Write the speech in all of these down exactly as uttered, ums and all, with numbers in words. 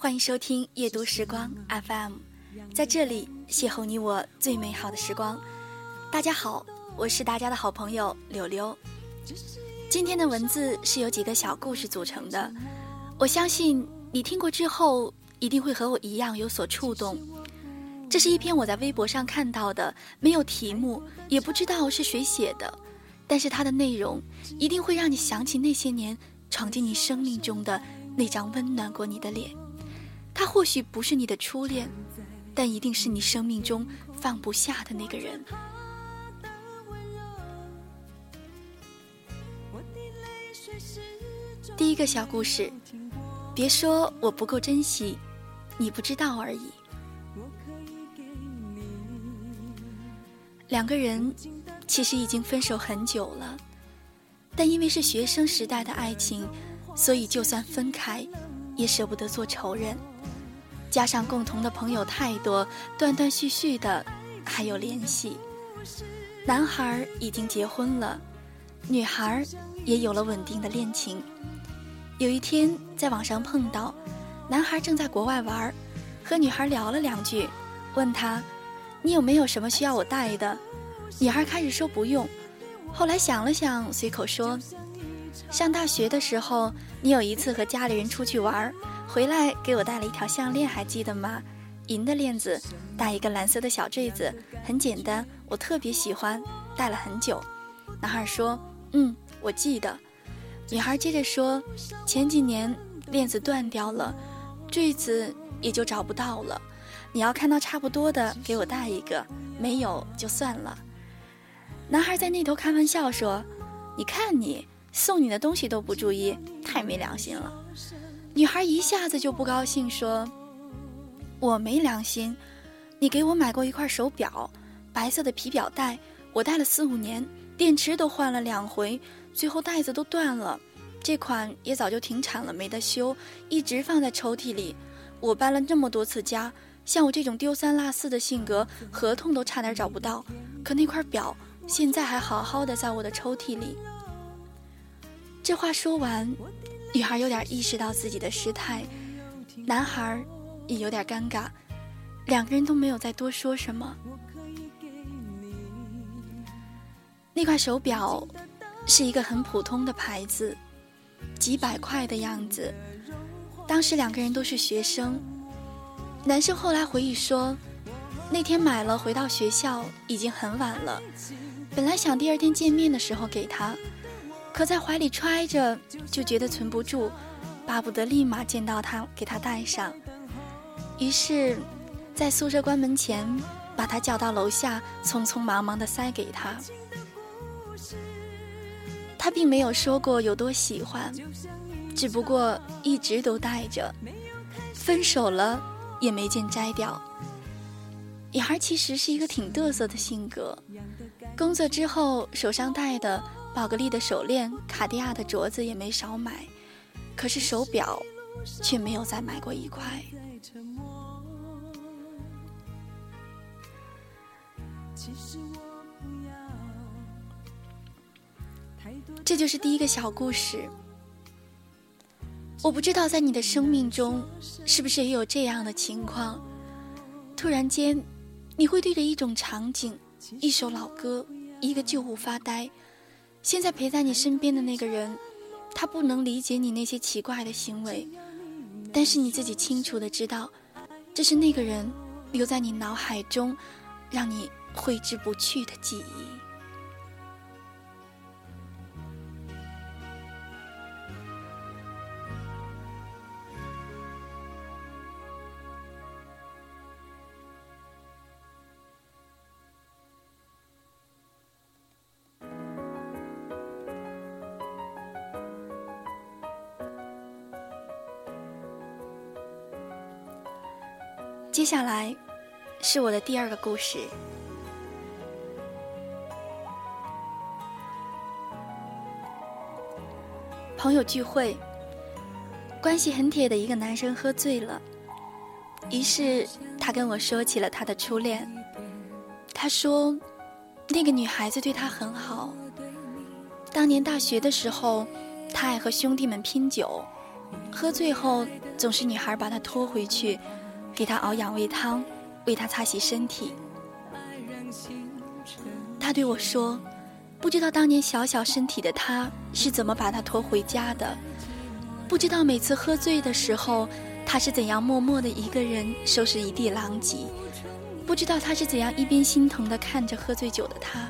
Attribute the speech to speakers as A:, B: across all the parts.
A: 欢迎收听夜读时光 F M， 在这里邂逅你我最美好的时光。大家好，我是大家的好朋友柳柳。今天的文字是由几个小故事组成的，我相信你听过之后一定会和我一样有所触动。这是一篇我在微博上看到的，没有题目，也不知道是谁写的，但是它的内容一定会让你想起那些年闯进你生命中的那张温暖过你的脸。他或许不是你的初恋，但一定是你生命中放不下的那个人。第一个小故事，别说我不够珍惜，你不知道而已。两个人其实已经分手很久了，但因为是学生时代的爱情，所以就算分开也舍不得做仇人，加上共同的朋友太多，断断续续的还有联系。男孩已经结婚了，女孩也有了稳定的恋情。有一天在网上碰到，男孩正在国外玩，和女孩聊了两句，问他你有没有什么需要我带的？女孩开始说不用，后来想了想，随口说上大学的时候，你有一次和家里人出去玩，回来给我带了一条项链，还记得吗？银的链子，带一个蓝色的小坠子，很简单，我特别喜欢，戴了很久。男孩说嗯，我记得。女孩接着说，前几年链子断掉了，坠子也就找不到了，你要看到差不多的给我带一个，没有就算了。男孩在那头开玩笑说，你看你送你的东西都不注意，太没良心了。女孩一下子就不高兴，说我没良心，你给我买过一块手表，白色的皮表带，我戴了四五年，电池都换了两回，最后带子都断了，这款也早就停产了，没得修，一直放在抽屉里。我搬了这么多次家，像我这种丢三落四的性格，合同都差点找不到，可那块表现在还好好的在我的抽屉里。这话说完，女孩有点意识到自己的失态，男孩也有点尴尬，两个人都没有再多说什么。那块手表是一个很普通的牌子，几百块的样子，当时两个人都是学生。男生后来回忆说，那天买了，回到学校已经很晚了，本来想第二天见面的时候给他，可在怀里揣着就觉得存不住，巴不得立马见到他给他戴上，于是在宿舍关门前把他叫到楼下，匆匆忙忙地塞给他。他并没有说过有多喜欢，只不过一直都戴着，分手了也没见摘掉。女孩其实是一个挺嘚瑟的性格，工作之后手上戴的宝格丽的手链、卡地亚的镯子也没少买，可是手表却没有再买过一块。这就是第一个小故事。我不知道在你的生命中是不是也有这样的情况，突然间你会对着一种场景、一首老歌、一个旧物发呆。现在陪在你身边的那个人，他不能理解你那些奇怪的行为，但是你自己清楚地知道，这是那个人留在你脑海中让你挥之不去的记忆。接下来是我的第二个故事。朋友聚会，关系很铁的一个男生喝醉了，于是他跟我说起了他的初恋。他说那个女孩子对他很好，当年大学的时候他爱和兄弟们拼酒， 喝醉后总是女孩把他拖回去，给他熬养胃汤，为他擦洗身体。他对我说，不知道当年小小身体的他是怎么把他拖回家的，不知道每次喝醉的时候他是怎样默默的一个人收拾一地狼藉，不知道他是怎样一边心疼地看着喝醉酒的他。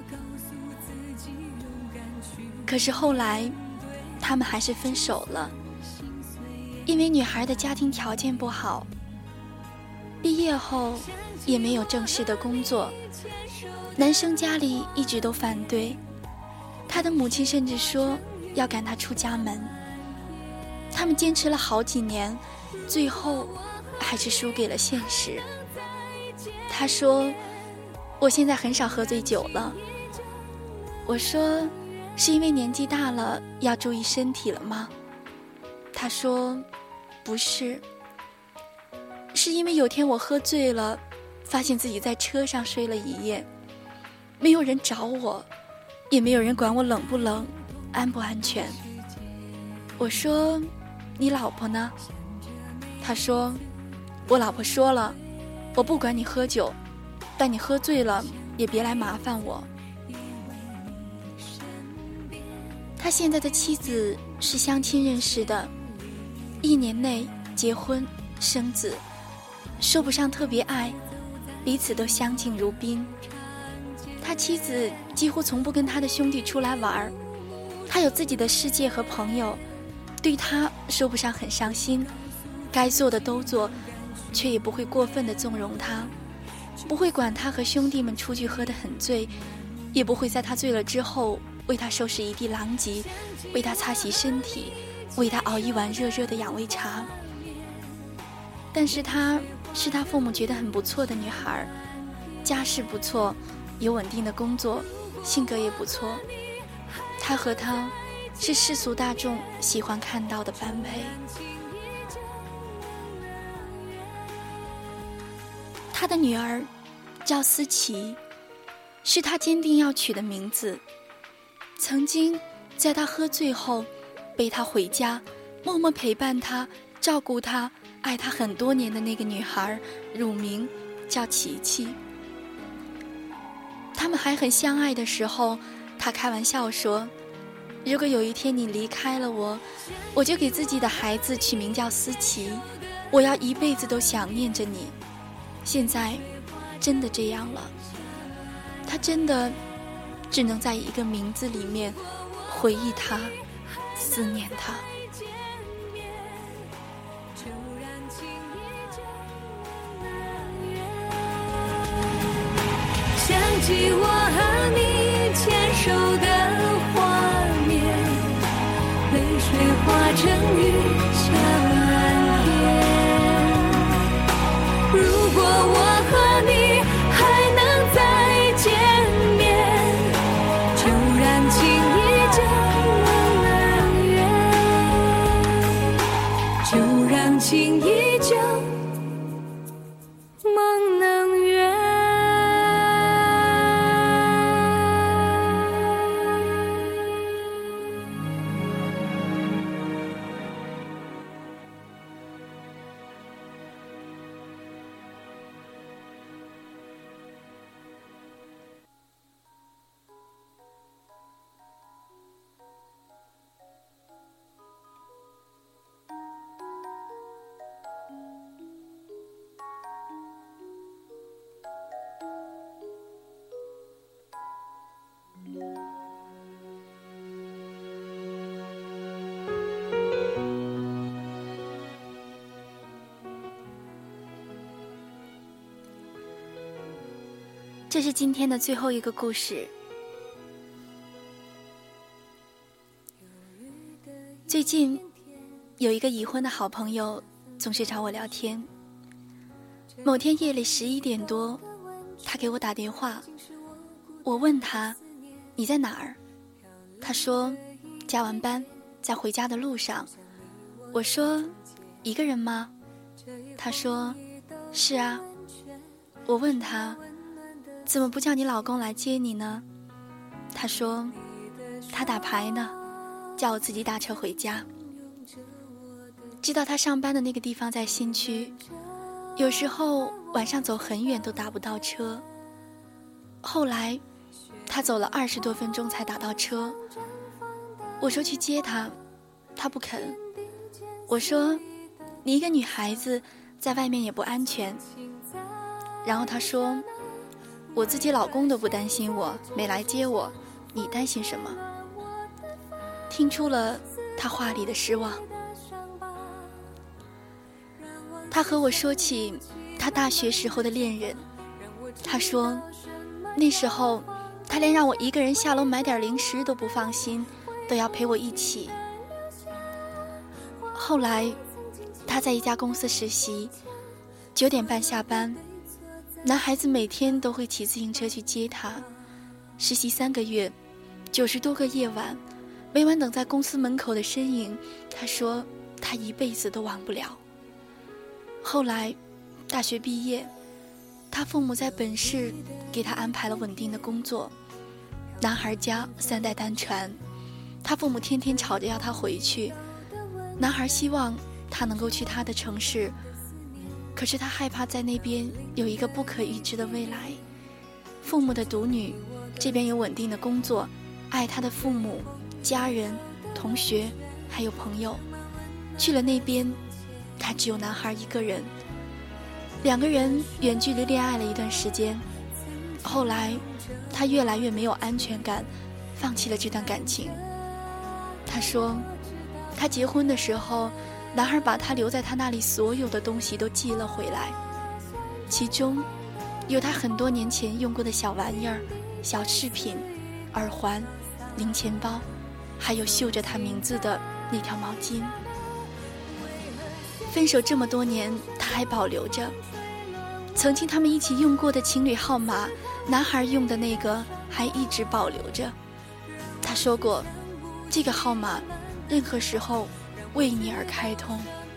A: 可是后来他们还是分手了，因为女孩的家庭条件不好，毕业后也没有正式的工作，男生家里一直都反对，他的母亲甚至说要赶他出家门。他们坚持了好几年，最后还是输给了现实。他说，我现在很少喝醉酒了。我说，是因为年纪大了要注意身体了吗？他说，不是，是因为有天我喝醉了，发现自己在车上睡了一夜，没有人找我，也没有人管我冷不冷，安不安全。我说，你老婆呢？他说，我老婆说了，我不管你喝酒，但你喝醉了也别来麻烦我。他现在的妻子是相亲认识的，一年内结婚生子，说不上特别爱，彼此都相敬如宾。他妻子几乎从不跟他的兄弟出来玩，他有自己的世界和朋友，对他说不上很上心，该做的都做，却也不会过分的纵容他，不会管他和兄弟们出去喝得很醉，也不会在他醉了之后为他收拾一地狼藉，为他擦洗身体，为他熬一碗热热的养胃茶。但是她是他父母觉得很不错的女孩，家世不错，有稳定的工作，性格也不错。他和她是世俗大众喜欢看到的般配。他的女儿叫思琪，是他坚定要取的名字。曾经在他喝醉后背他回家，默默陪伴他，照顾他，爱他很多年的那个女孩，乳名叫琪琪。他们还很相爱的时候，他开玩笑说，如果有一天你离开了我，我就给自己的孩子取名叫思琪，我要一辈子都想念着你。现在真的这样了，他真的只能在一个名字里面回忆他，思念他。
B: 想起我和你牵手的画面，泪水化成雨下满天。如果我和你还能再见面，就让情依旧梦能圆，就让情依旧梦能圆。
A: 这是今天的最后一个故事。最近有一个已婚的好朋友总是找我聊天。某天夜里十一点多，他给我打电话，我问他你在哪儿？他说加完班在回家的路上。我说一个人吗？他说是啊。我问他怎么不叫你老公来接你呢？他说他打牌呢，叫我自己打车回家。 知道他上班的那个地方在新区，有时候晚上走很远都打不到车。后来他走了二十多分钟才打到车，我说去接他，他不肯。我说你一个女孩子在外面也不安全。然后他说我自己老公都不担心我没来接我，你担心什么？听出了他话里的失望。他和我说起他大学时候的恋人，他说那时候他连让我一个人下楼买点零食都不放心，都要陪我一起。后来他在一家公司实习，九点半下班，男孩子每天都会骑自行车去接他。实习三个月，九十多个夜晚，每晚等在公司门口的身影，他说他一辈子都忘不了。后来大学毕业，他父母在本市给他安排了稳定的工作。男孩家三代单传，他父母天天吵着要他回去。男孩希望他能够去他的城市，可是他害怕在那边有一个不可预知的未来。父母的独女，这边有稳定的工作，爱他的父母、家人、同学还有朋友。去了那边，他只有男孩一个人。两个人远距离恋爱了一段时间，后来他越来越没有安全感，放弃了这段感情。他说他结婚的时候，男孩把他留在他那里所有的东西都寄了回来，其中有他很多年前用过的小玩意儿、小饰品、耳环、零钱包，还有绣着他名字的那条毛巾。分手这么多年，他还保留着曾经他们一起用过的情侣号码，男孩用的那个还一直保留着。他说过，这个号码任何时候为你而开通。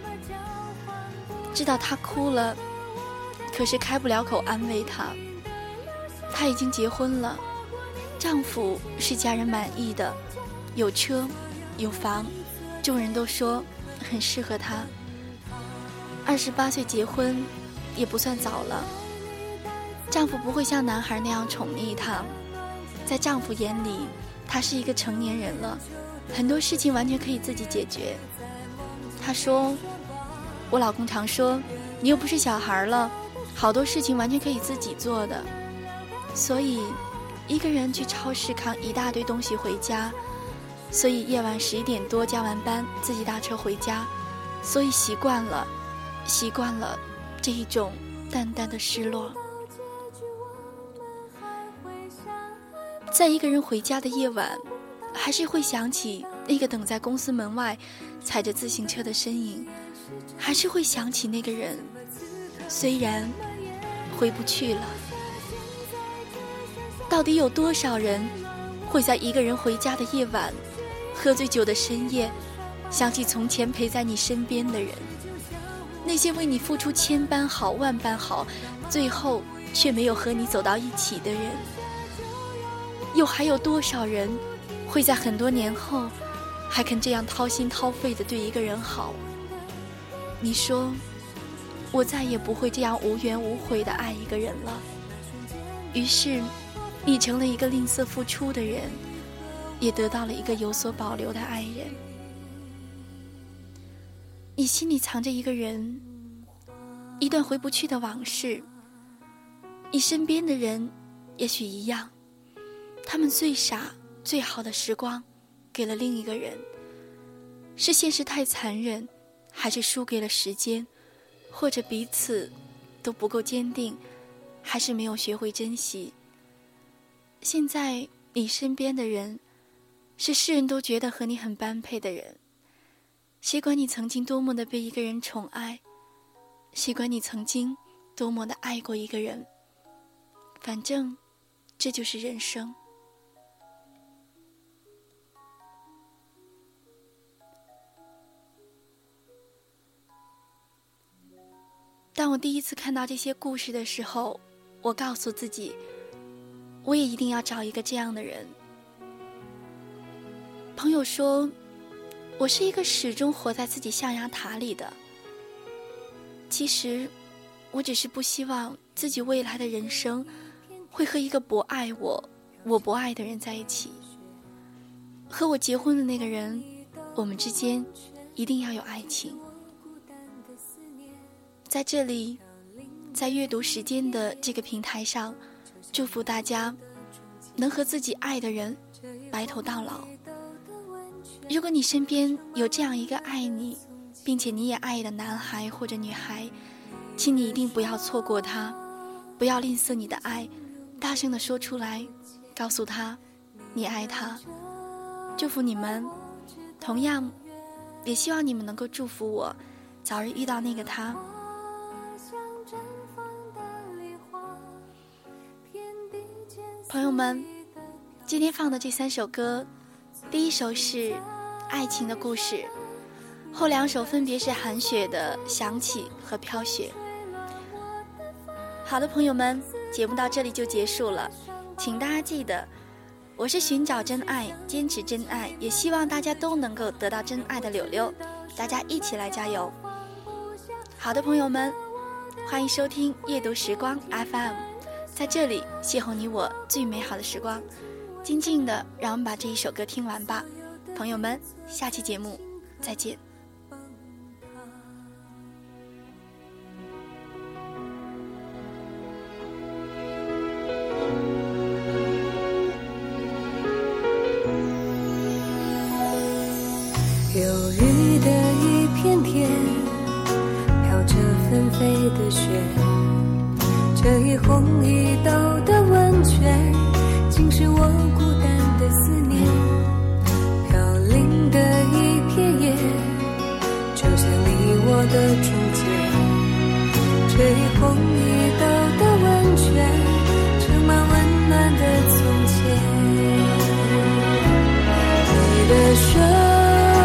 A: 知道他哭了，可是开不了口安慰他。他已经结婚了，丈夫是家人满意的，有车有房，众人都说很适合他。二十八岁结婚也不算早了。丈夫不会像男孩那样宠溺她，在丈夫眼里，她是一个成年人了，很多事情完全可以自己解决。他说，我老公常说，你又不是小孩了，好多事情完全可以自己做的。所以一个人去超市扛一大堆东西回家，所以夜晚十一点多加完班自己打车回家，所以习惯了习惯了这一种淡淡的失落。在一个人回家的夜晚，还是会想起那个等在公司门外踩着自行车的身影，还是会想起那个人，虽然回不去了。到底有多少人会在一个人回家的夜晚，喝醉酒的深夜，想起从前陪在你身边的人，那些为你付出千般好万般好，最后却没有和你走到一起的人。又还有多少人会在很多年后还肯这样掏心掏肺地对一个人好？你说我再也不会这样无怨无悔地爱一个人了，于是你成了一个吝啬付出的人，也得到了一个有所保留的爱人。你心里藏着一个人，一段回不去的往事。你身边的人也许一样，他们最傻最好的时光给了另一个人，是现实太残忍，还是输给了时间，或者彼此都不够坚定，还是没有学会珍惜。现在你身边的人，是世人都觉得和你很般配的人。谁管你曾经多么的被一个人宠爱，谁管你曾经多么的爱过一个人，反正这就是人生。当我第一次看到这些故事的时候，我告诉自己，我也一定要找一个这样的人。朋友说， 我是一个始终活在自己象牙塔里的。其实我只是不希望自己未来的人生会和一个不爱我我不爱的人在一起。和我结婚的那个人，我们之间一定要有爱情。在这里，在阅读时间的这个平台上，祝福大家能和自己爱的人白头到老。如果你身边有这样一个爱你并且你也爱的男孩或者女孩，请你一定不要错过他，不要吝啬你的爱，大声地说出来，告诉他你爱他。祝福你们，同样也希望你们能够祝福我早日遇到那个他。朋友们，今天放的这三首歌，第一首是《爱情的故事》，后两首分别是韩雪的《想起》和《飘雪》。好的，朋友们，节目到这里就结束了，请大家记得，我是寻找真爱，坚持真爱，也希望大家都能够得到真爱的柳柳，大家一起来加油。好的，朋友们，欢迎收听阅读时光 F M， 在这里邂逅你我最美好的时光。静静的让我们把这一首歌听完吧，朋友们，下期节目再见。
B: 忧郁的一片天，飘着纷飞的雪，这一红一豆的温泉，竟是我孤单的思念。飘零的一片叶，就像你我的终结，这一红一豆的温泉，盛满温暖的从前。你的手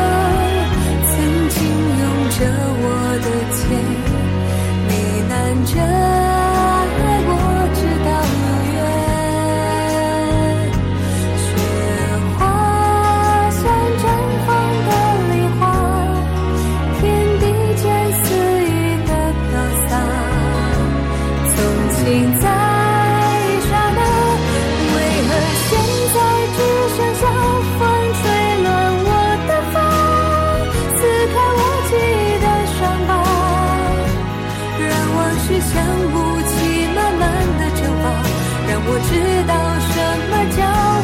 B: 着我的肩，呢喃着爱我直到永远。雪花像绽放的梨花，天地间肆意的飘洒。从今在刹那，为何现在只剩下风吹乱我的发，撕开我记忆想不起慢慢的蒸发，让我知道什么叫